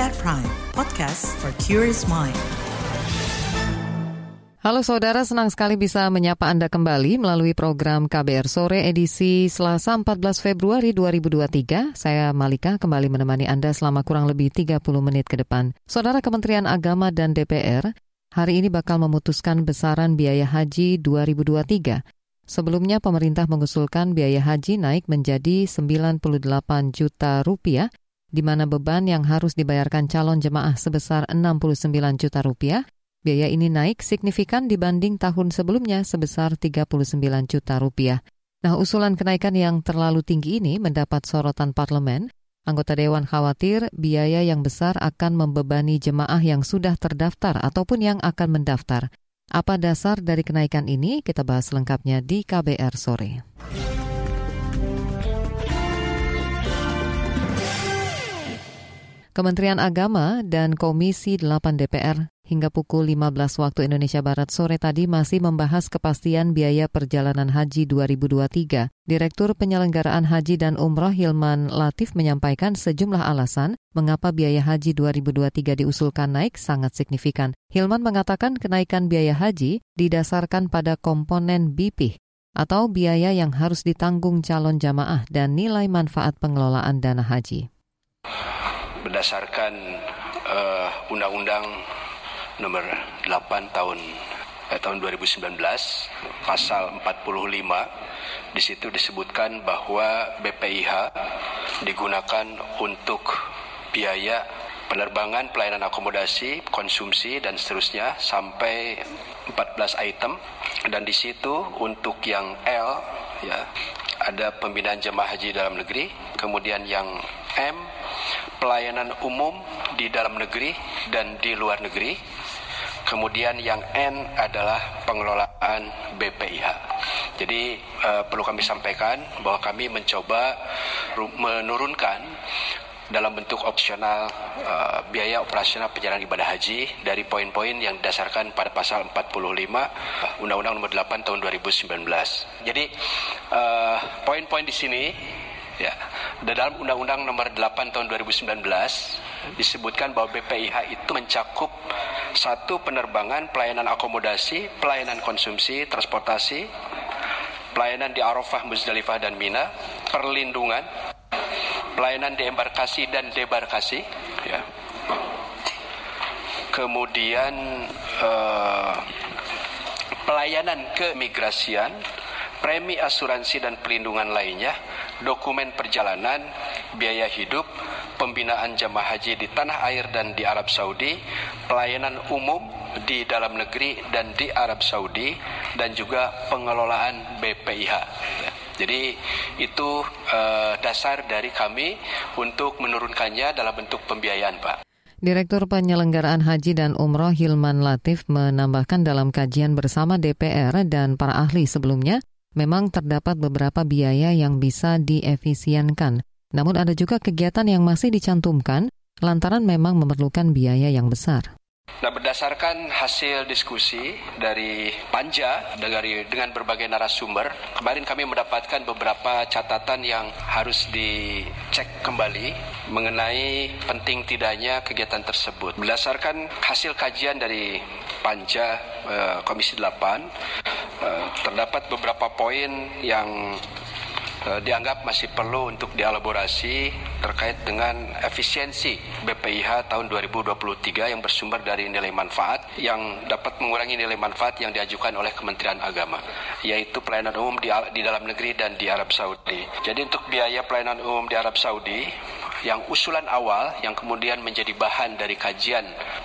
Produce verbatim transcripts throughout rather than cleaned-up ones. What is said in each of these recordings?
R Prime, podcast for curious mind. Halo saudara, senang sekali bisa menyapa Anda kembali melalui program K B R Sore edisi Selasa empat belas Februari dua ribu dua puluh tiga. Saya Malika kembali menemani Anda selama kurang lebih tiga puluh menit ke depan. Saudara, Kementerian Agama dan D P R hari ini bakal memutuskan besaran biaya haji dua ribu dua puluh tiga. Sebelumnya pemerintah mengusulkan biaya haji naik menjadi sembilan puluh delapan juta rupiah, di mana beban yang harus dibayarkan calon jemaah sebesar enam puluh sembilan juta rupiah. Biaya ini naik signifikan dibanding tahun sebelumnya sebesar tiga puluh sembilan juta rupiah. Nah, usulan kenaikan yang terlalu tinggi ini mendapat sorotan parlemen. Anggota Dewan khawatir biaya yang besar akan membebani jemaah yang sudah terdaftar ataupun yang akan mendaftar. Apa dasar dari kenaikan ini? Kita bahas lengkapnya di K B R Sore. Kementerian Agama dan Komisi delapan D P R hingga pukul lima belas waktu Indonesia Barat sore tadi masih membahas kepastian biaya perjalanan haji dua ribu dua puluh tiga. Direktur Penyelenggaraan Haji dan Umroh Hilman Latif menyampaikan sejumlah alasan mengapa biaya haji dua ribu dua puluh tiga diusulkan naik sangat signifikan. Hilman mengatakan kenaikan biaya haji didasarkan pada komponen B P I atau biaya yang harus ditanggung calon jamaah dan nilai manfaat pengelolaan dana haji. Berdasarkan uh, Undang-Undang Nomor delapan tahun eh, tahun dua ribu sembilan belas, pasal empat puluh lima, di situ disebutkan bahwa B P I H digunakan untuk biaya penerbangan, pelayanan akomodasi, konsumsi dan seterusnya sampai empat belas item, dan di situ untuk yang L ya ada pembinaan jemaah haji dalam negeri, kemudian yang M pelayanan umum di dalam negeri dan di luar negeri, kemudian yang N adalah pengelolaan B P I H. Jadi uh, perlu kami sampaikan bahwa kami mencoba ru- menurunkan dalam bentuk opsional uh, biaya operasional penyelenggaraan ibadah haji dari poin-poin yang didasarkan pada pasal empat puluh lima uh, Undang-Undang Nomor delapan tahun dua ribu sembilan belas. Jadi uh, poin-poin di sini ya, dalam Undang-Undang Nomor delapan tahun dua ribu sembilan belas disebutkan bahwa B P I H itu mencakup satu penerbangan, pelayanan akomodasi, pelayanan konsumsi, transportasi, pelayanan di Arafah, Muzdalifah dan Mina, perlindungan, pelayanan di embarkasi dan debarkasi, ya. Kemudian uh, pelayanan keimigrasian, premi asuransi dan pelindungan lainnya, dokumen perjalanan, biaya hidup, pembinaan jamaah haji di tanah air dan di Arab Saudi, pelayanan umum di dalam negeri dan di Arab Saudi, dan juga pengelolaan B P I H. Jadi itu uh, dasar dari kami untuk menurunkannya dalam bentuk pembiayaan, Pak. Direktur Penyelenggaraan Haji dan Umroh Hilman Latif menambahkan dalam kajian bersama D P R dan para ahli sebelumnya, memang terdapat beberapa biaya yang bisa diefisienkan. Namun ada juga kegiatan yang masih dicantumkan lantaran memang memerlukan biaya yang besar. Nah, berdasarkan hasil diskusi dari Panja dari, dengan berbagai narasumber, kemarin kami mendapatkan beberapa catatan yang harus dicek kembali mengenai penting tidaknya kegiatan tersebut. Berdasarkan hasil kajian dari Panja eh, Komisi delapan, eh, terdapat beberapa poin yang dianggap masih perlu untuk dielaborasi terkait dengan efisiensi B P I H tahun dua ribu dua puluh tiga yang bersumber dari nilai manfaat yang dapat mengurangi nilai manfaat yang diajukan oleh Kementerian Agama, yaitu pelayanan umum di, di dalam negeri dan di Arab Saudi. Jadi untuk biaya pelayanan umum di Arab Saudi yang usulan awal yang kemudian menjadi bahan dari kajian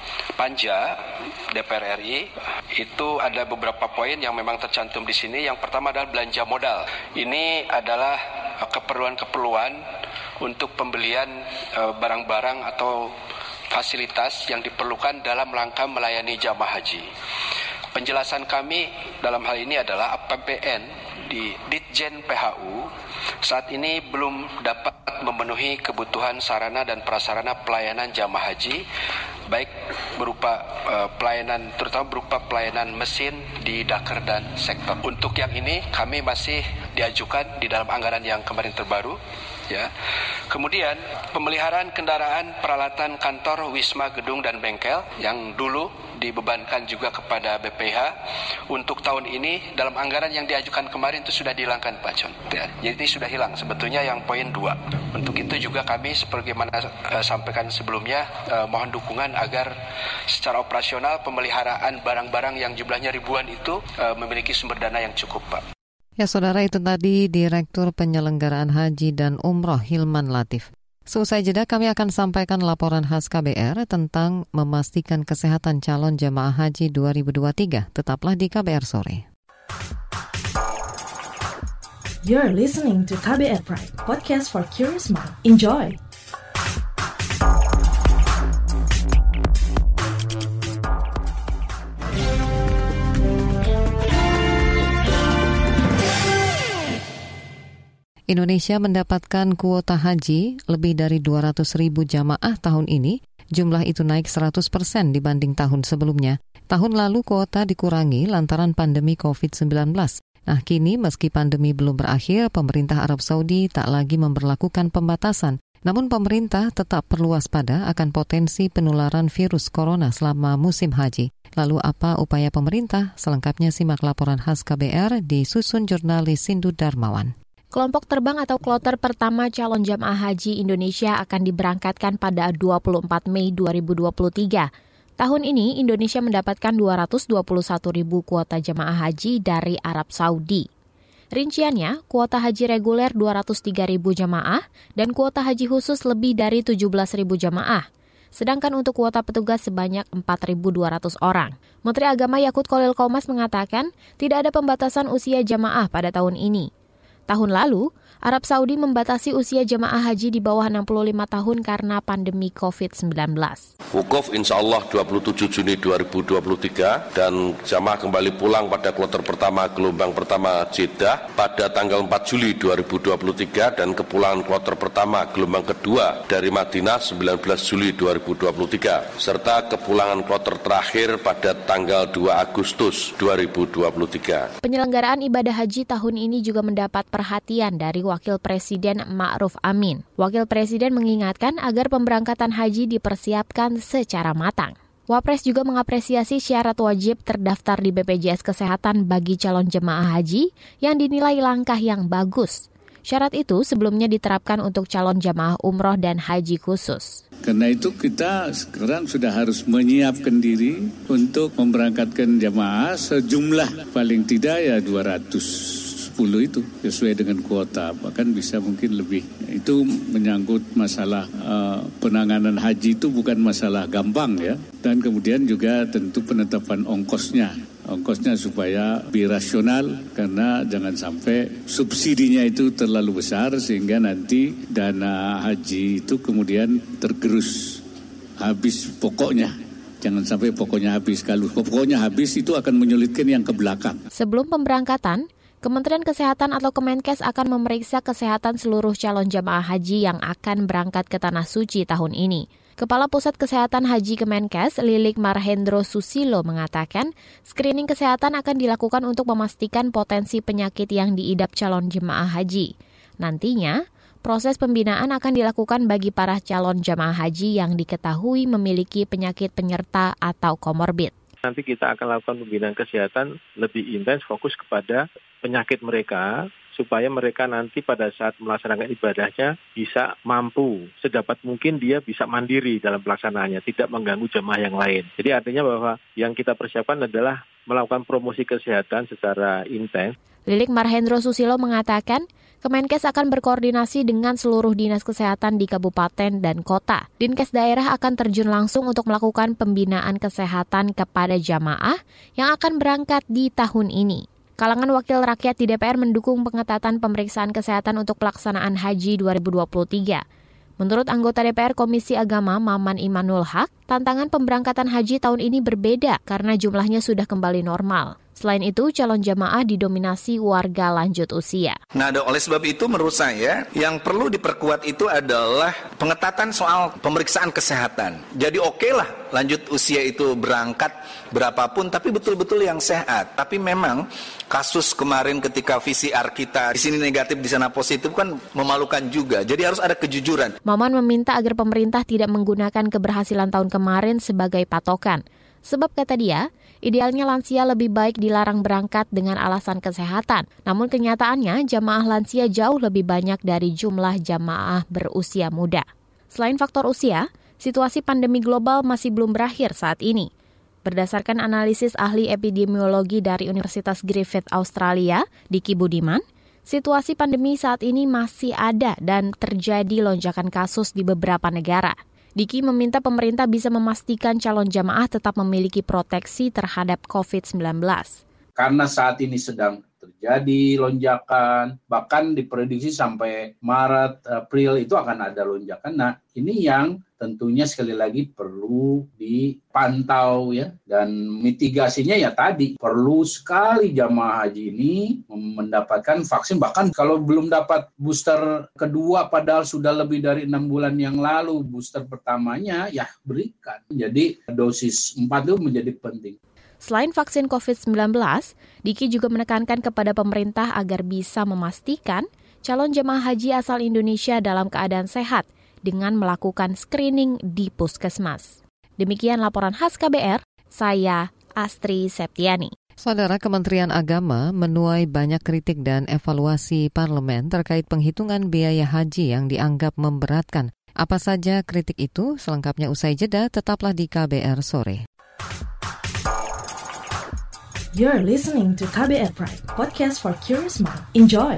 Panja D P R R I, itu ada beberapa poin yang memang tercantum di sini. Yang pertama adalah belanja modal. Ini adalah keperluan-keperluan untuk pembelian uh, barang-barang atau fasilitas yang diperlukan dalam rangka melayani jamaah haji. Penjelasan kami dalam hal ini adalah A P B N di Ditjen P H U saat ini belum dapat memenuhi kebutuhan sarana dan prasarana pelayanan jamaah haji, baik berupa uh, pelayanan, terutama berupa pelayanan mesin di Dakar dan sektor. Untuk yang ini kami masih diajukan di dalam anggaran yang kemarin terbaru Ya. Kemudian pemeliharaan kendaraan, peralatan kantor, wisma, gedung dan bengkel yang dulu dibebankan juga kepada B P H untuk tahun ini dalam anggaran yang diajukan kemarin itu sudah dihilangkan Pak John. Ya, jadi sudah hilang sebetulnya yang poin dua. Untuk itu juga kami sebagaimana uh, sampaikan sebelumnya uh, mohon dukungan agar secara operasional pemeliharaan barang-barang yang jumlahnya ribuan itu uh, memiliki sumber dana yang cukup Pak. Ya saudara, itu tadi Direktur Penyelenggaraan Haji dan Umroh Hilman Latif. Seusai jeda kami akan sampaikan laporan khas K B R tentang memastikan kesehatan calon jemaah haji dua ribu dua puluh tiga. Tetaplah di K B R Sore. You're listening to K B R Pride, podcast for curious mind. Enjoy! Indonesia mendapatkan kuota haji lebih dari dua ratus ribu jamaah tahun ini. Jumlah itu naik seratus persen dibanding tahun sebelumnya. Tahun lalu kuota dikurangi lantaran pandemi covid sembilan belas. Nah, kini meski pandemi belum berakhir, pemerintah Arab Saudi tak lagi memberlakukan pembatasan. Namun pemerintah tetap perlu waspada akan potensi penularan virus corona selama musim haji. Lalu apa upaya pemerintah? Selengkapnya simak laporan khas K B R disusun jurnalis Sindu Darmawan. Kelompok terbang atau kloter pertama calon jamaah haji Indonesia akan diberangkatkan pada dua puluh empat Mei dua ribu dua puluh tiga. Tahun ini Indonesia mendapatkan dua ratus dua puluh satu ribu kuota jamaah haji dari Arab Saudi. Rinciannya, kuota haji reguler dua ratus tiga ribu jamaah dan kuota haji khusus lebih dari tujuh belas ribu jamaah. Sedangkan untuk kuota petugas sebanyak empat ribu dua ratus orang. Menteri Agama Yakut Khalil Qomas mengatakan tidak ada pembatasan usia jamaah pada tahun ini. Tahun lalu, Arab Saudi membatasi usia jemaah haji di bawah enam puluh lima tahun karena pandemi covid sembilan belas. Wukuf insya Allah dua puluh tujuh Juni dua ribu dua puluh tiga dan jamaah kembali pulang pada kloter pertama gelombang pertama Jeddah pada tanggal empat Juli dua ribu dua puluh tiga dan kepulangan kloter pertama gelombang kedua dari Madinah sembilan belas Juli dua ribu dua puluh tiga serta kepulangan kloter terakhir pada tanggal dua Agustus dua ribu dua puluh tiga. Penyelenggaraan ibadah haji tahun ini juga mendapat perhatian dari Wakil Presiden Ma'ruf Amin. Wakil Presiden mengingatkan agar pemberangkatan haji dipersiapkan secara matang. Wapres juga mengapresiasi syarat wajib terdaftar di B P J S Kesehatan bagi calon jemaah haji yang dinilai langkah yang bagus. Syarat itu sebelumnya diterapkan untuk calon jamaah umroh dan haji khusus. Karena itu kita sekarang sudah harus menyiapkan diri untuk memberangkatkan jamaah sejumlah paling tidak ya dua ratus sepuluh itu sesuai dengan kuota, bahkan bisa mungkin lebih. Itu menyangkut masalah uh, penanganan haji itu bukan masalah gampang ya. Dan kemudian juga tentu penetapan ongkosnya. Ongkosnya supaya birasional karena jangan sampai subsidinya itu terlalu besar sehingga nanti dana haji itu kemudian tergerus habis pokoknya. Jangan sampai pokoknya habis. Kalau pokoknya habis itu akan menyulitkan yang ke belakang. Sebelum pemberangkatan, Kementerian Kesehatan atau Kemenkes akan memeriksa kesehatan seluruh calon jamaah haji yang akan berangkat ke Tanah Suci tahun ini. Kepala Pusat Kesehatan Haji Kemenkes, Lilik Marhendro Susilo mengatakan, screening kesehatan akan dilakukan untuk memastikan potensi penyakit yang diidap calon jemaah haji. Nantinya, proses pembinaan akan dilakukan bagi para calon jemaah haji yang diketahui memiliki penyakit penyerta atau komorbid. Nanti kita akan lakukan pembinaan kesehatan lebih intens fokus kepada penyakit mereka supaya mereka nanti pada saat melaksanakan ibadahnya bisa mampu sedapat mungkin dia bisa mandiri dalam pelaksanaannya, tidak mengganggu jamaah yang lain. Jadi artinya bahwa yang kita persiapkan adalah melakukan promosi kesehatan secara intens. Lilik Marhendro Susilo mengatakan, Kemenkes akan berkoordinasi dengan seluruh dinas kesehatan di kabupaten dan kota. Dinkes daerah akan terjun langsung untuk melakukan pembinaan kesehatan kepada jamaah yang akan berangkat di tahun ini. Kalangan wakil rakyat di D P R mendukung pengetatan pemeriksaan kesehatan untuk pelaksanaan haji dua ribu dua puluh tiga. Menurut anggota D P R Komisi Agama Maman Imanul Haq, tantangan pemberangkatan haji tahun ini berbeda karena jumlahnya sudah kembali normal. Selain itu, calon jamaah didominasi warga lanjut usia. Nah, oleh sebab itu menurut saya yang perlu diperkuat itu adalah pengetatan soal pemeriksaan kesehatan. Jadi oke lah lanjut usia itu berangkat berapapun, tapi betul-betul yang sehat. Tapi memang kasus kemarin ketika V C R kita di sini negatif, di sana positif kan memalukan juga. Jadi harus ada kejujuran. Maman meminta agar pemerintah tidak menggunakan keberhasilan tahun kemarin sebagai patokan. Sebab kata dia, idealnya lansia lebih baik dilarang berangkat dengan alasan kesehatan. Namun kenyataannya jamaah lansia jauh lebih banyak dari jumlah jamaah berusia muda. Selain faktor usia, situasi pandemi global masih belum berakhir saat ini. Berdasarkan analisis ahli epidemiologi dari Universitas Griffith Australia, Diki Budiman, situasi pandemi saat ini masih ada dan terjadi lonjakan kasus di beberapa negara. Diki meminta pemerintah bisa memastikan calon jamaah tetap memiliki proteksi terhadap covid sembilan belas. Karena saat ini sedang terjadi lonjakan, bahkan diprediksi sampai Maret, April itu akan ada lonjakan. Nah, ini yang tentunya sekali lagi perlu dipantau ya, dan mitigasinya ya tadi perlu sekali jamaah haji ini mendapatkan vaksin, bahkan kalau belum dapat booster kedua padahal sudah lebih dari enam bulan yang lalu booster pertamanya ya berikan. Jadi dosis empat itu menjadi penting. Selain vaksin covid sembilan belas, Diki juga menekankan kepada pemerintah agar bisa memastikan calon jemaah haji asal Indonesia dalam keadaan sehat dengan melakukan screening di puskesmas. Demikian laporan khas K B R, saya Astri Septiani. Saudara, Kementerian Agama menuai banyak kritik dan evaluasi parlemen terkait penghitungan biaya haji yang dianggap memberatkan. Apa saja kritik itu? Selengkapnya usai jeda, tetaplah di K B R Sore. You're listening to K B R Pride, podcast for curious mind. Enjoy!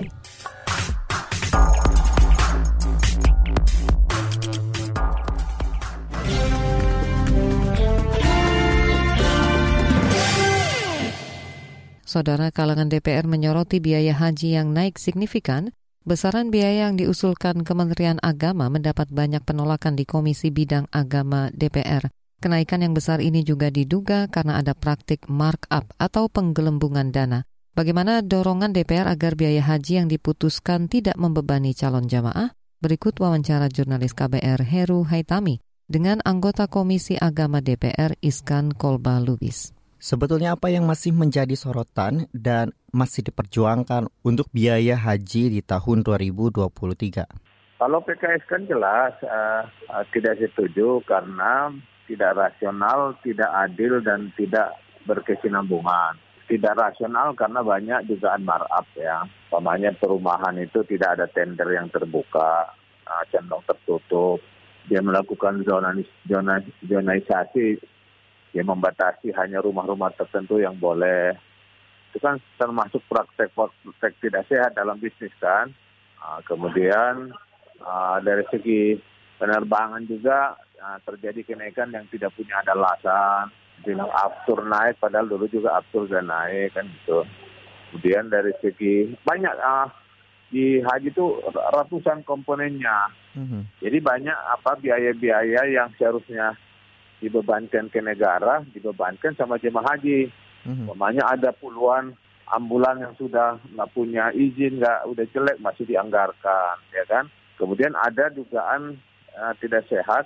Saudara, kalangan D P R menyoroti biaya haji yang naik signifikan. Besaran biaya yang diusulkan Kementerian Agama mendapat banyak penolakan di Komisi Bidang Agama D P R. Kenaikan yang besar ini juga diduga karena ada praktik markup atau penggelembungan dana. Bagaimana dorongan D P R agar biaya haji yang diputuskan tidak membebani calon jamaah? Berikut wawancara jurnalis K B R Heru Haitami dengan anggota Komisi Agama D P R Iskan Kolba Lubis. Sebetulnya apa yang masih menjadi sorotan dan masih diperjuangkan untuk biaya haji di tahun dua ribu dua puluh tiga? Kalau P K S kan jelas uh, uh, tidak setuju karena tidak rasional, tidak adil, dan tidak berkesinambungan. Tidak rasional karena banyak dugaan markup ya. Umpamanya perumahan itu tidak ada tender yang terbuka, uh, cenderung tertutup. Dia melakukan zonanis, zonas, zonisasi, dia membatasi hanya rumah-rumah tertentu yang boleh. Itu kan termasuk praktek-praktek tidak sehat dalam bisnis kan. Uh, kemudian uh, dari segi penerbangan juga uh, terjadi kenaikan yang tidak punya ada alasan. Bilang aftur naik, padahal dulu juga aftur sudah naik kan gitu. Kemudian dari segi banyak uh, di haji itu ratusan komponennya. Mm-hmm. Jadi banyak apa biaya-biaya yang seharusnya dibebankan ke negara, dibebankan sama jemaah haji. Mm-hmm. Namanya ada puluhan ambulan yang sudah nggak punya izin, nggak udah jelek masih dianggarkan, ya kan? Kemudian ada dugaan uh, tidak sehat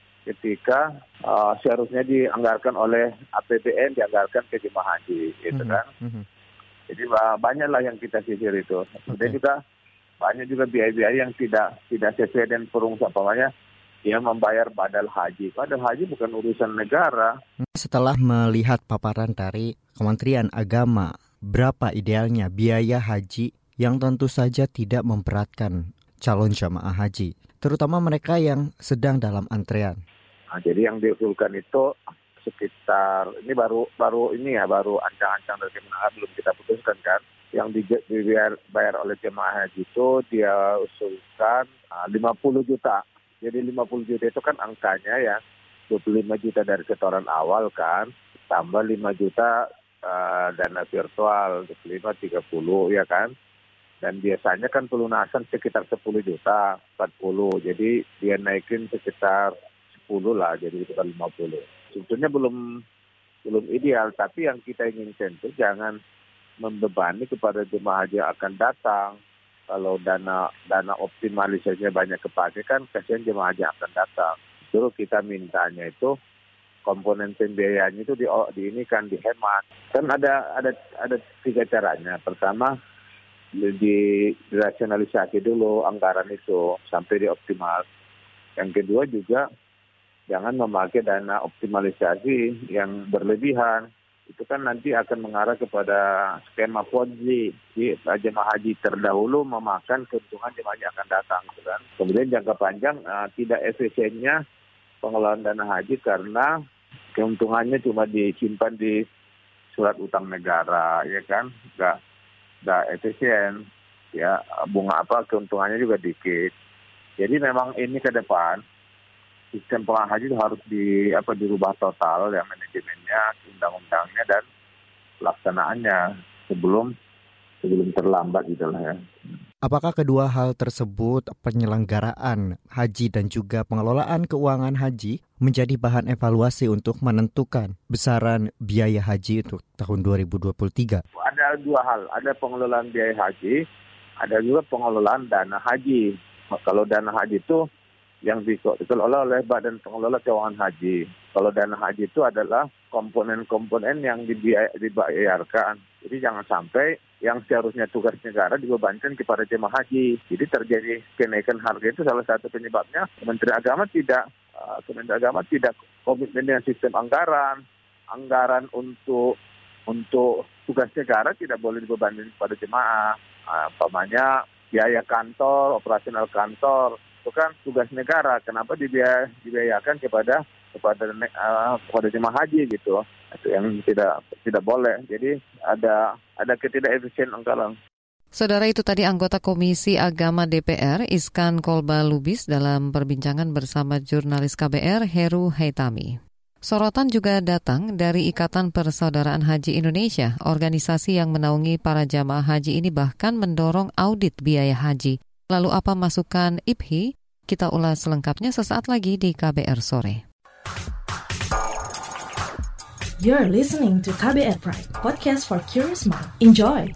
ketika uh, seharusnya dianggarkan oleh A P B N, dianggarkan ke jemaah haji, gitu mm-hmm. kan? Mm-hmm. Jadi uh, banyaklah yang kita sisir itu. Kemudian okay. juga banyak juga biaya-biaya yang tidak tidak sesuai dengan perungusan, umpamanya dia membayar badal haji. Badal haji bukan urusan negara. Setelah melihat paparan dari Kementerian Agama, berapa idealnya biaya haji yang tentu saja tidak memberatkan calon jamaah haji, terutama mereka yang sedang dalam antrean? Nah, jadi yang diusulkan itu sekitar, ini baru baru ini ya, baru ancang-ancang dari Kementerian belum kita putuskan kan. Yang dibayar oleh jemaah haji itu dia usulkan uh, lima puluh juta. Jadi lima puluh juta itu kan angkanya ya dua puluh lima juta dari setoran awal kan, tambah lima juta uh, dana virtual, dua puluh lima, tiga puluh ya kan. Dan biasanya kan pelunasan sekitar sepuluh juta, empat puluh. Jadi dia naikin sekitar sepuluh lah, jadi sekitar lima puluh. Sebetulnya belum belum ideal. Tapi yang kita inginkan itu jangan membebani kepada jemaah haji yang akan datang. Kalau dana dana optimalisasinya banyak kepakai kan kasihan jemaah haji yang akan datang. Terus kita mintanya itu komponen pembiayaannya itu di, di ini kan dihemat. Kan ada ada ada tiga caranya. Pertama, di dirasionalisasi dulu anggaran itu sampai dioptimal. Yang kedua juga jangan memakai dana optimalisasi yang berlebihan. Itu kan nanti akan mengarah kepada skema Ponzi. Di jemaah haji terdahulu memakan keuntungan jemaah haji akan datang. Kan? Kemudian jangka panjang uh, tidak efisiennya pengelolaan dana haji karena keuntungannya cuma disimpan di surat utang negara, ya kan, nggak nggak efisien, ya bunga apa keuntungannya juga dikit. Jadi memang ini ke depan sistem pengelolaan haji itu harus di apa dirubah total ya manajemennya, undang-undangnya dan pelaksanaannya sebelum sebelum terlambat gitu lah ya. Apakah kedua hal tersebut, penyelenggaraan haji dan juga pengelolaan keuangan haji, menjadi bahan evaluasi untuk menentukan besaran biaya haji untuk tahun dua ribu dua puluh tiga? Ada dua hal, ada pengelolaan biaya haji, ada juga pengelolaan dana haji. Kalau dana haji itu yang dikelola oleh Badan Pengelola Keuangan Haji. Kalau dana haji itu adalah komponen-komponen yang dibayarkan. Jadi jangan sampai yang seharusnya tugas negara dibebankan kepada jemaah haji. Jadi terjadi kenaikan harga itu salah satu penyebabnya Kementerian Agama tidak uh, Kementerian Agama tidak komitmen dengan sistem anggaran. Anggaran untuk untuk tugas negara tidak boleh dibebankan kepada jemaah. Uh, umpamanya biaya kantor, operasional kantor itu kan tugas negara. Kenapa dibiay- dibiayakan kepada kepada uh, kepada jemaah haji gitu? Itu yang tidak tidak boleh. Jadi ada ada ketidakefisien anggaran. Saudara, itu tadi anggota Komisi Agama D P R Iskan Kolba Lubis dalam perbincangan bersama jurnalis K B R Heru Haitami. Sorotan juga datang dari Ikatan Persaudaraan Haji Indonesia. Organisasi yang menaungi para jamaah haji ini bahkan mendorong audit biaya haji. Lalu apa masukan I P H I? Kita ulas selengkapnya sesaat lagi di K B R Sore. You're listening to K B R Pride, podcast for curious mind. Enjoy!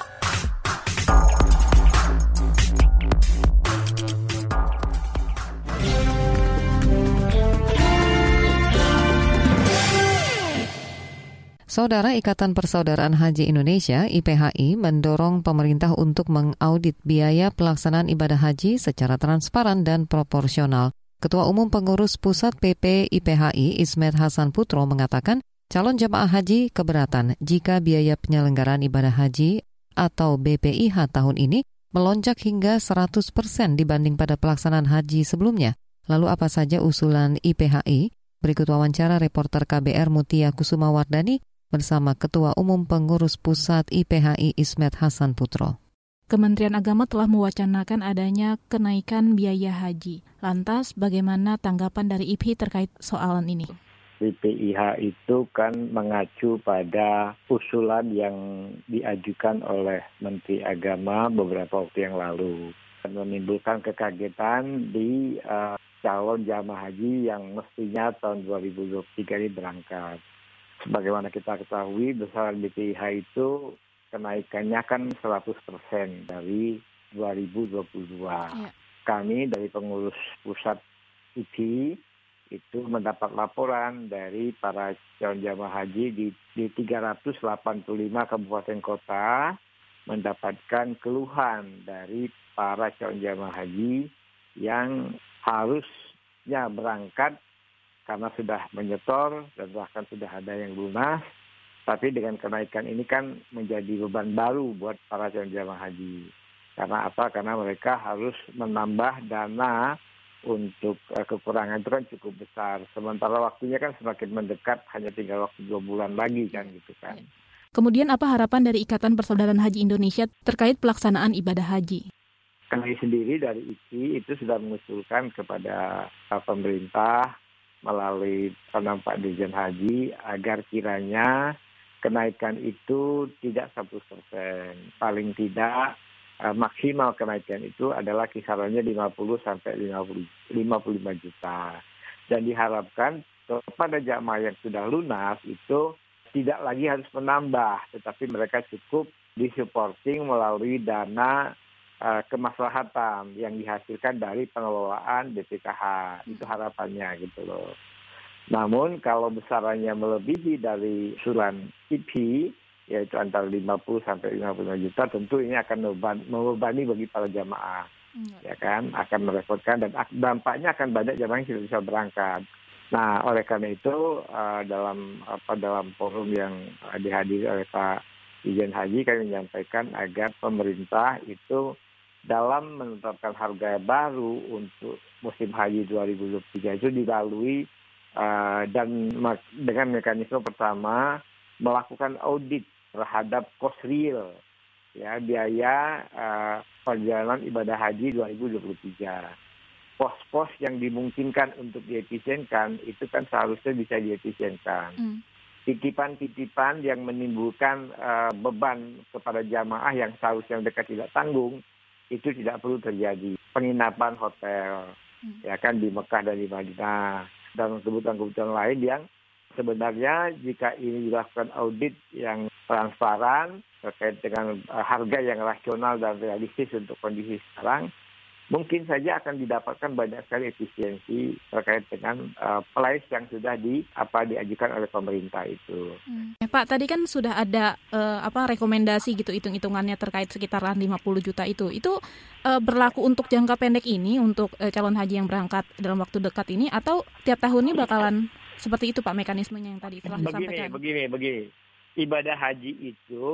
Saudara, Ikatan Persaudaraan Haji Indonesia I P H I mendorong pemerintah untuk mengaudit biaya pelaksanaan ibadah haji secara transparan dan proporsional. Ketua Umum Pengurus Pusat P P I P H I Ismet Hasan Putro mengatakan calon jemaah haji keberatan jika biaya penyelenggaraan ibadah haji atau B P I H tahun ini melonjak hingga seratus persen dibanding pada pelaksanaan haji sebelumnya. Lalu apa saja usulan I P H I? Berikut wawancara reporter K B R Mutia Kusuma Wardani bersama Ketua Umum Pengurus Pusat I P H I Ismet Hasan Putro. Kementerian Agama telah mewacanakan adanya kenaikan biaya haji. Lantas, bagaimana tanggapan dari I P H I terkait soalan ini? B P I H itu kan mengacu pada usulan yang diajukan oleh Menteri Agama beberapa waktu yang lalu. Menimbulkan kekagetan di uh, calon jamaah haji yang mestinya tahun dua ribu dua puluh tiga ini berangkat. Sebagaimana kita ketahui, besaran B P I H itu kenaikannya kan seratus persen dari dua ribu dua puluh dua. Ya. Kami dari pengurus pusat I P I itu mendapat laporan dari para calon jamaah haji di, di tiga ratus delapan puluh lima kabupaten kota mendapatkan keluhan dari para calon jamaah haji yang harusnya berangkat karena sudah menyetor dan bahkan sudah ada yang lunas, tapi dengan kenaikan ini kan menjadi beban baru buat para calon jamaah haji. Karena apa? Karena mereka harus menambah dana untuk uh, kekurangan itu kan cukup besar. Sementara waktunya kan semakin mendekat, hanya tinggal waktu dua bulan lagi kan gitu kan. Kemudian apa harapan dari Ikatan Persaudaraan Haji Indonesia terkait pelaksanaan ibadah haji? Kami sendiri dari I P I itu sudah mengusulkan kepada uh, pemerintah melalui penampak Dirjen Haji agar kiranya kenaikan itu tidak seratus persen. Paling tidak eh, maksimal kenaikan itu adalah kisarannya lima puluh sampai lima puluh lima juta. Dan diharapkan kepada jamaah yang sudah lunas itu tidak lagi harus menambah, tetapi mereka cukup disupporting melalui dana uh, kemaslahatan yang dihasilkan dari pengelolaan B P K H. Itu harapannya gitu loh. Namun kalau besarannya melebihi dari usulan I P I, yaitu antara lima puluh sampai lima puluh lima juta, tentu ini akan membebani bagi para jamaah. Ya kan, akan merepotkan dan dampaknya akan banyak jamaah yang tidak bisa berangkat. Nah, oleh karena itu uh, dalam apa dalam forum yang dihadiri oleh Pak Dirjen Haji, kami menyampaikan agar pemerintah itu dalam menetapkan harga baru untuk musim haji dua ribu dua puluh tiga itu dilalui uh, dan dengan mekanisme pertama melakukan audit terhadap cost real, ya, biaya uh, perjalanan ibadah haji dua ribu dua puluh tiga. Pos-pos yang dimungkinkan untuk diefisienkan itu kan seharusnya bisa diefisienkan. Mm. Titipan-titipan yang menimbulkan uh, beban kepada jamaah yang seharusnya mereka tidak tanggung itu tidak perlu terjadi. Penginapan hotel, mm. ya kan, di Mekah dan di Madinah, dan kebutuhan-kebutuhan lain yang sebenarnya jika ini dilakukan audit yang transparan terkait dengan uh, harga yang rasional dan realistis untuk kondisi sekarang, mungkin saja akan didapatkan banyak sekali efisiensi terkait dengan uh, price yang sudah di apa diajukan oleh pemerintah itu. Hmm. Ya, Pak, tadi kan sudah ada uh, apa rekomendasi gitu hitung-hitungannya terkait sekitaran lima puluh juta itu. Itu uh, berlaku untuk jangka pendek ini untuk uh, calon haji yang berangkat dalam waktu dekat ini, atau tiap tahunnya bakalan seperti itu Pak mekanismenya yang tadi telah disampaikan? Begini, begini, begini. Ibadah haji itu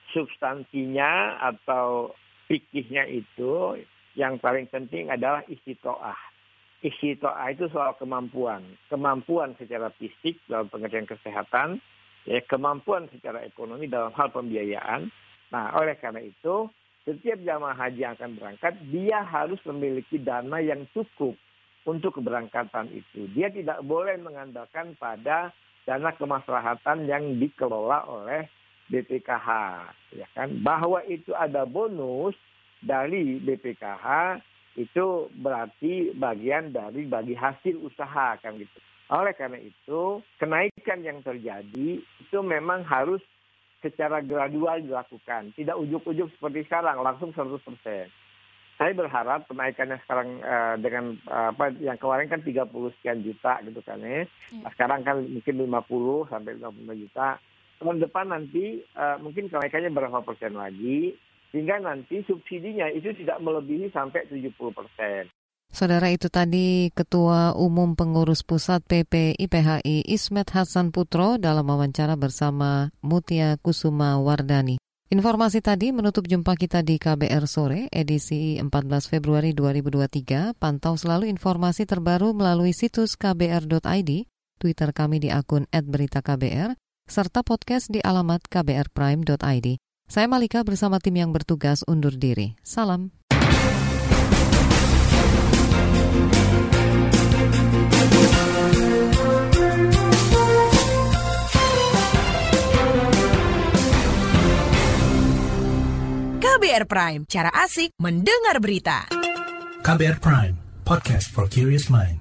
substansinya atau fikihnya itu yang paling penting adalah istitoah. Istitoah itu soal kemampuan. Kemampuan secara fisik dalam pengertian kesehatan, ya, kemampuan secara ekonomi dalam hal pembiayaan. Nah, oleh karena itu, setiap jamaah haji yang akan berangkat, dia harus memiliki dana yang cukup untuk keberangkatan itu. Dia tidak boleh mengandalkan pada dana kemaslahatan yang dikelola oleh B P K H. Ya kan? Bahwa itu ada bonus dari B P K H itu berarti bagian dari bagi hasil usaha kan gitu. Oleh karena itu, kenaikan yang terjadi itu memang harus secara gradual dilakukan. Tidak ujuk-ujuk seperti sekarang langsung seratus persen. Saya berharap kenaikannya sekarang uh, dengan uh, apa yang kemarin kan tiga puluh sekian juta gitu kan ya. Nah, sekarang kan mungkin lima puluh sampai lima puluh juta. Tahun depan nanti uh, mungkin kenaikannya berapa persen lagi, sehingga nanti subsidinya itu tidak melebihi sampai tujuh puluh persen. Saudara, itu tadi Ketua Umum Pengurus Pusat P P I P H I Ismet Hasan Putro dalam wawancara bersama Mutia Kusuma Wardani. Informasi tadi menutup jumpa kita di K B R Sore, edisi empat belas Februari dua ribu dua puluh tiga. Pantau selalu informasi terbaru melalui situs k b r dot i d, Twitter kami di akun et berita k b r, serta podcast di alamat k b r prime dot i d. Saya Malika bersama tim yang bertugas undur diri. Salam. K B R Prime, cara asik mendengar berita. K B R Prime, podcast for curious mind.